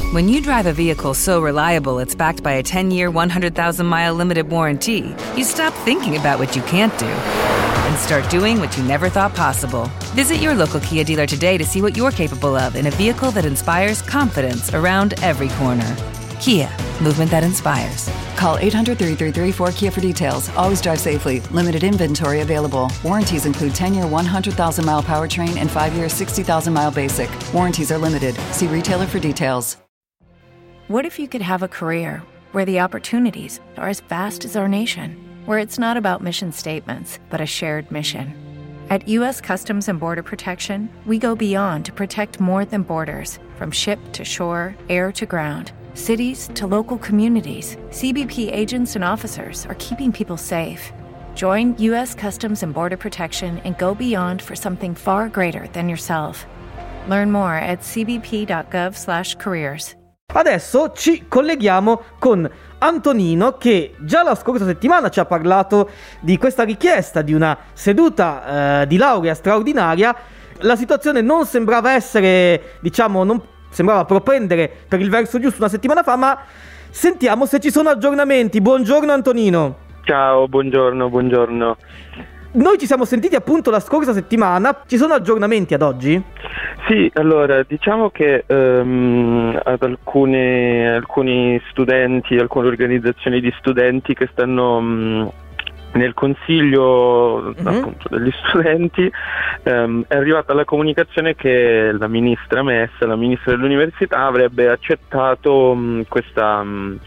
When you drive a vehicle so reliable it's backed by a 10-year, 100,000-mile limited warranty, you stop thinking about what you can't do and start doing what you never thought possible. Visit your local Kia dealer today to see what you're capable of in a vehicle that inspires confidence around every corner. Kia, movement that inspires. Call 800-333-4KIA for details. Always drive safely. Limited inventory available. Warranties include 10-year 100,000-mile powertrain and 5-year 60,000-mile basic. Warranties are limited. See retailer for details. What if you could have a career where the opportunities are as vast as our nation, where it's not about mission statements, but a shared mission? At U.S. Customs and Border Protection, we go beyond to protect more than borders, from ship to shore, air to ground. Cities to local communities, CBP agents and officers are keeping people safe. Join U.S. Customs and Border Protection and go beyond for something far greater than yourself. Learn more at cbp.gov/careers. Adesso ci colleghiamo con Antonino, che già la scorsa settimana ci ha parlato di questa richiesta di una seduta di laurea straordinaria. La situazione non sembrava essere, non sembrava propendere per il verso giusto una settimana fa, ma sentiamo se ci sono aggiornamenti. Buongiorno Antonino. Ciao, buongiorno. Noi ci siamo sentiti appunto la scorsa settimana, ci sono aggiornamenti ad oggi? Sì, allora diciamo che ad alcuni studenti, alcune organizzazioni di studenti che stanno nel consiglio appunto degli studenti è arrivata la comunicazione che la ministra Messa, la ministra dell'università, avrebbe accettato questa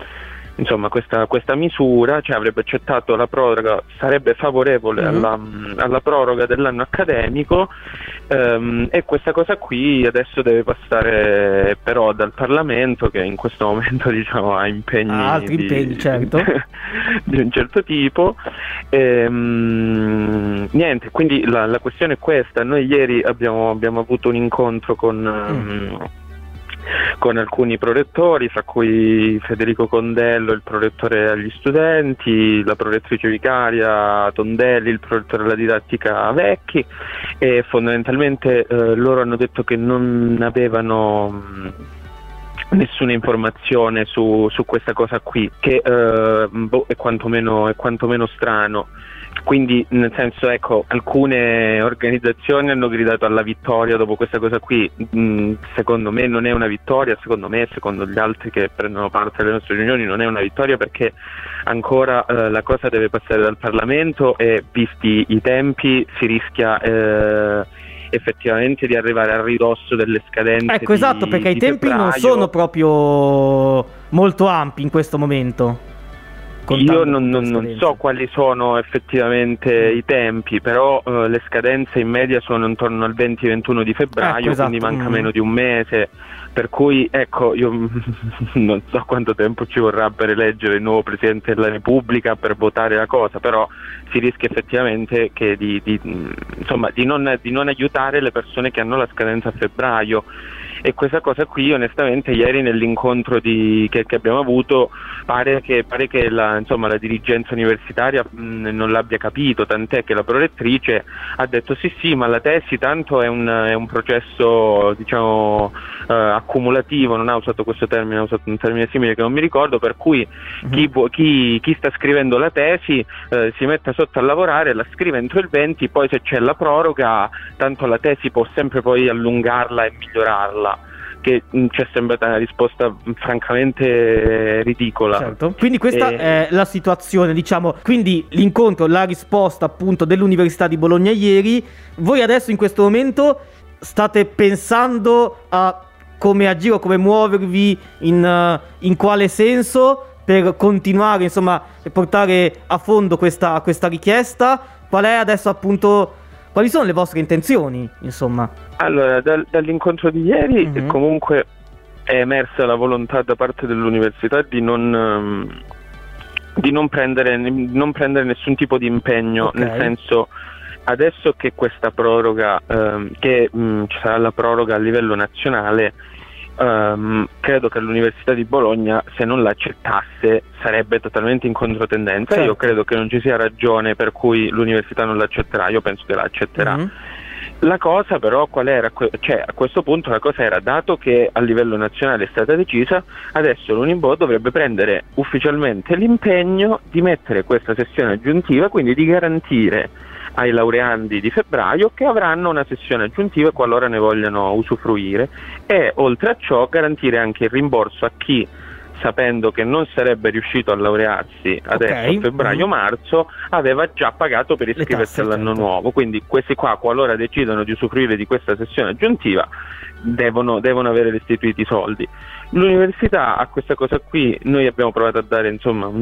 misura, cioè avrebbe accettato la proroga, sarebbe favorevole alla proroga dell'anno accademico, e questa cosa qui adesso deve passare però dal Parlamento, che in questo momento ha altri impegni certo. di un certo tipo. Niente, quindi la questione è questa. Noi ieri abbiamo avuto un incontro con alcuni prorettori, fra cui Federico Condello, il prorettore agli studenti, la prorettrice vicaria Tondelli, il prorettore alla didattica Vecchi, e fondamentalmente loro hanno detto che non avevano nessuna informazione su questa cosa qui, che è quantomeno strano. Quindi, nel senso, alcune organizzazioni hanno gridato alla vittoria dopo questa cosa qui. Secondo me non è una vittoria, secondo gli altri che prendono parte alle nostre riunioni non è una vittoria, perché ancora la cosa deve passare dal Parlamento e, visti i tempi, si rischia effettivamente di arrivare a ridosso delle scadenze. Esatto, perché i tempi febbraio. Non sono proprio molto ampi in questo momento. Io non so quali sono effettivamente i tempi, però le scadenze in media sono intorno al 20-21 di febbraio, esatto. Quindi manca meno di un mese, per cui io non so quanto tempo ci vorrà per eleggere il nuovo Presidente della Repubblica, per votare la cosa, però si rischia effettivamente che di non aiutare le persone che hanno la scadenza a febbraio. E questa cosa qui, onestamente, ieri nell'incontro che abbiamo avuto pare che la dirigenza universitaria non l'abbia capito, tant'è che la prorettrice ha detto sì, ma la tesi tanto è un processo accumulativo, non ha usato questo termine, ha usato un termine simile che non mi ricordo, per cui chi sta scrivendo la tesi si metta sotto a lavorare, la scrive entro il 20, poi se c'è la proroga tanto la tesi può sempre poi allungarla e migliorarla. Che ci è sembrata una risposta francamente ridicola. Certo. Quindi questa è la situazione, quindi l'incontro, la risposta appunto dell'Università di Bologna ieri. Voi adesso in questo momento state pensando a come agire o come muovervi, in quale senso, per continuare e portare a fondo questa richiesta? Qual è adesso appunto, quali sono le vostre intenzioni, Allora, dall'incontro di ieri comunque è emersa la volontà da parte dell'università di non prendere nessun tipo di impegno, okay. Nel senso, adesso che questa proroga, ci sarà la proroga a livello nazionale, credo che l'Università di Bologna, se non l'accettasse, sarebbe totalmente in controtendenza. Certo. Io credo che non ci sia ragione per cui l'università non l'accetterà, io penso che l'accetterà. La cosa però qual era? Cioè, a questo punto la cosa era, dato che a livello nazionale è stata decisa, adesso l'Unibo dovrebbe prendere ufficialmente l'impegno di mettere questa sessione aggiuntiva, quindi di garantire ai laureandi di febbraio che avranno una sessione aggiuntiva qualora ne vogliano usufruire, e oltre a ciò garantire anche il rimborso a chi, sapendo che non sarebbe riuscito a laurearsi adesso a febbraio-marzo, aveva già pagato per iscriversi all'anno nuovo. Quindi questi qua, qualora decidono di usufruire di questa sessione aggiuntiva, devono avere restituiti i soldi. L'università a questa cosa qui noi abbiamo provato a dare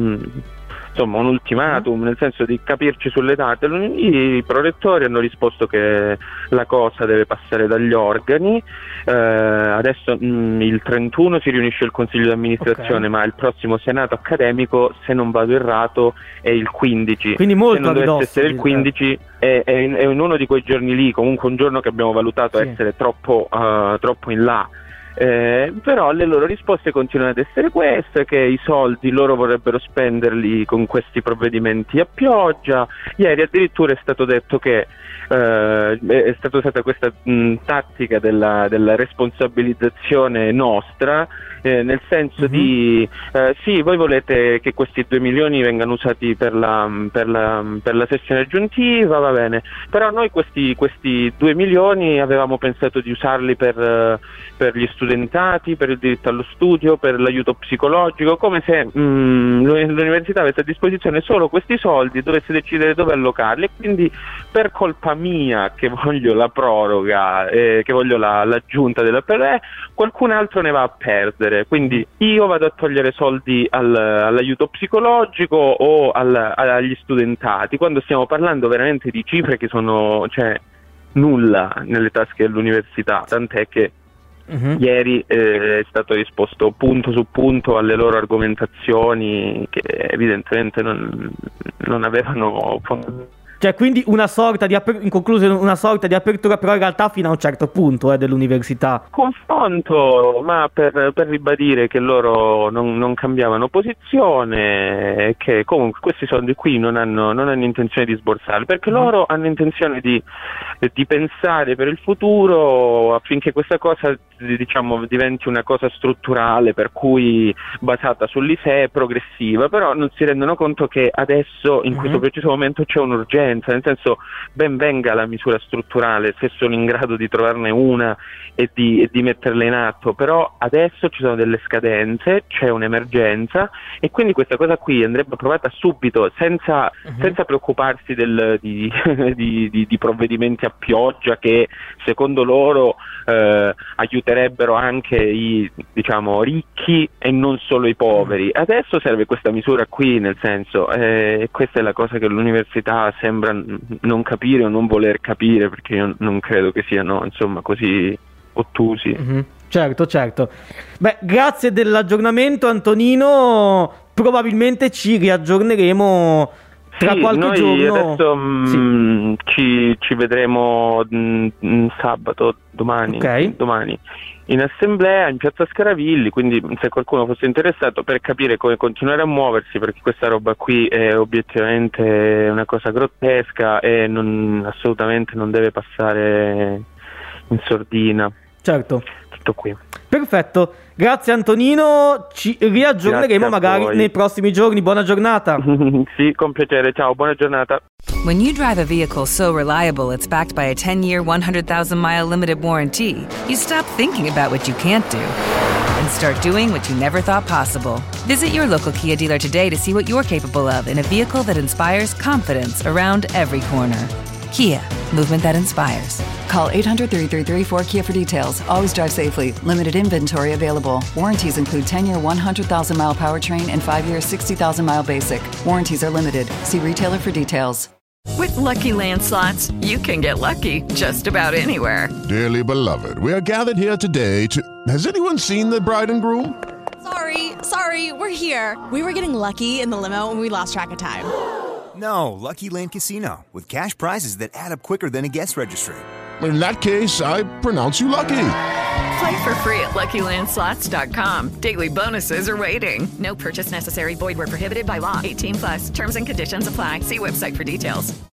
un ultimatum, nel senso di capirci sulle date. I prorettori hanno risposto che la cosa deve passare dagli organi. Adesso il 31 si riunisce il consiglio di amministrazione, ma il prossimo senato accademico, se non vado errato, è il 15. Quindi molto se non dovesse essere il 15 è in uno di quei giorni lì, comunque un giorno che abbiamo valutato essere troppo in là. Però le loro risposte continuano ad essere queste, che i soldi loro vorrebbero spenderli con questi provvedimenti a pioggia. Ieri addirittura è stato detto che è stata usata questa tattica della responsabilizzazione nostra, nel senso di sì, voi volete che questi 2 milioni vengano usati per la sessione aggiuntiva, va bene, però noi questi 2 milioni avevamo pensato di usarli per gli studentati, per il diritto allo studio, per l'aiuto psicologico, come se l'università avesse a disposizione solo questi soldi, dovesse decidere dove allocarli, e quindi per colpa mia che voglio la proroga, che voglio l'aggiunta della PRE, qualcun altro ne va a perdere. Quindi io vado a togliere soldi all'aiuto psicologico o agli studentati, quando stiamo parlando veramente di cifre che sono, cioè, nulla nelle tasche dell'università, tant'è che ieri è stato risposto punto su punto alle loro argomentazioni che evidentemente non avevano. Cioè, quindi una sorta di in conclusione, una sorta di apertura, però in realtà fino a un certo punto dell'università. Confronto, ma per ribadire che loro non cambiavano posizione e che comunque questi soldi qui non hanno intenzione di sborsarli, perché loro hanno intenzione di pensare per il futuro affinché questa cosa, diciamo, diventi una cosa strutturale, per cui basata sull'ISEE, progressiva, però non si rendono conto che adesso in questo preciso momento c'è un'urgenza. Nel senso, ben venga la misura strutturale se sono in grado di trovarne una e di metterla in atto, però adesso ci sono delle scadenze, c'è un'emergenza, e quindi questa cosa qui andrebbe approvata subito, senza preoccuparsi di provvedimenti a pioggia che secondo loro aiuterebbero anche i, diciamo, ricchi e non solo i poveri. Adesso serve questa misura qui, nel senso, questa è la cosa che l'università sembra non capire o non voler capire, perché io non credo che siano, insomma, così ottusi. Certo. Beh, grazie dell'aggiornamento, Antonino. Probabilmente ci riaggiorneremo tra qualche giorno. Adesso ci vedremo sabato, domani in assemblea in piazza Scaravilli, quindi se qualcuno fosse interessato, per capire come continuare a muoversi, perché questa roba qui è obiettivamente una cosa grottesca e assolutamente non deve passare in sordina. Certo. Tutto qui. Perfetto, grazie Antonino, ci riaggiorneremo magari nei prossimi giorni. Buona giornata. Sì, con piacere, ciao, buona giornata. When you drive a vehicle so reliable it's backed by a 10-year, 100,000-mile limited warranty, you stop thinking about what you can't do and start doing what you never thought possible. Visit your local Kia dealer today to see what you're capable of in a vehicle that inspires confidence around every corner. Kia, movement that inspires. Call 800-333-4KIA for details. Always drive safely. Limited inventory available. Warranties include 10-year 100,000-mile powertrain and 5-year 60,000-mile basic. Warranties are limited. See retailer for details. With Lucky Land Slots, you can get lucky just about anywhere. Dearly beloved, we are gathered here today to... Has anyone seen the bride and groom? Sorry, we're here. We were getting lucky in the limo and we lost track of time. No, Lucky Land Casino, with cash prizes that add up quicker than a guest registry. In that case, I pronounce you lucky. Play for free at LuckyLandSlots.com. Daily bonuses are waiting. No purchase necessary. Void where prohibited by law. 18+. Terms and conditions apply. See website for details.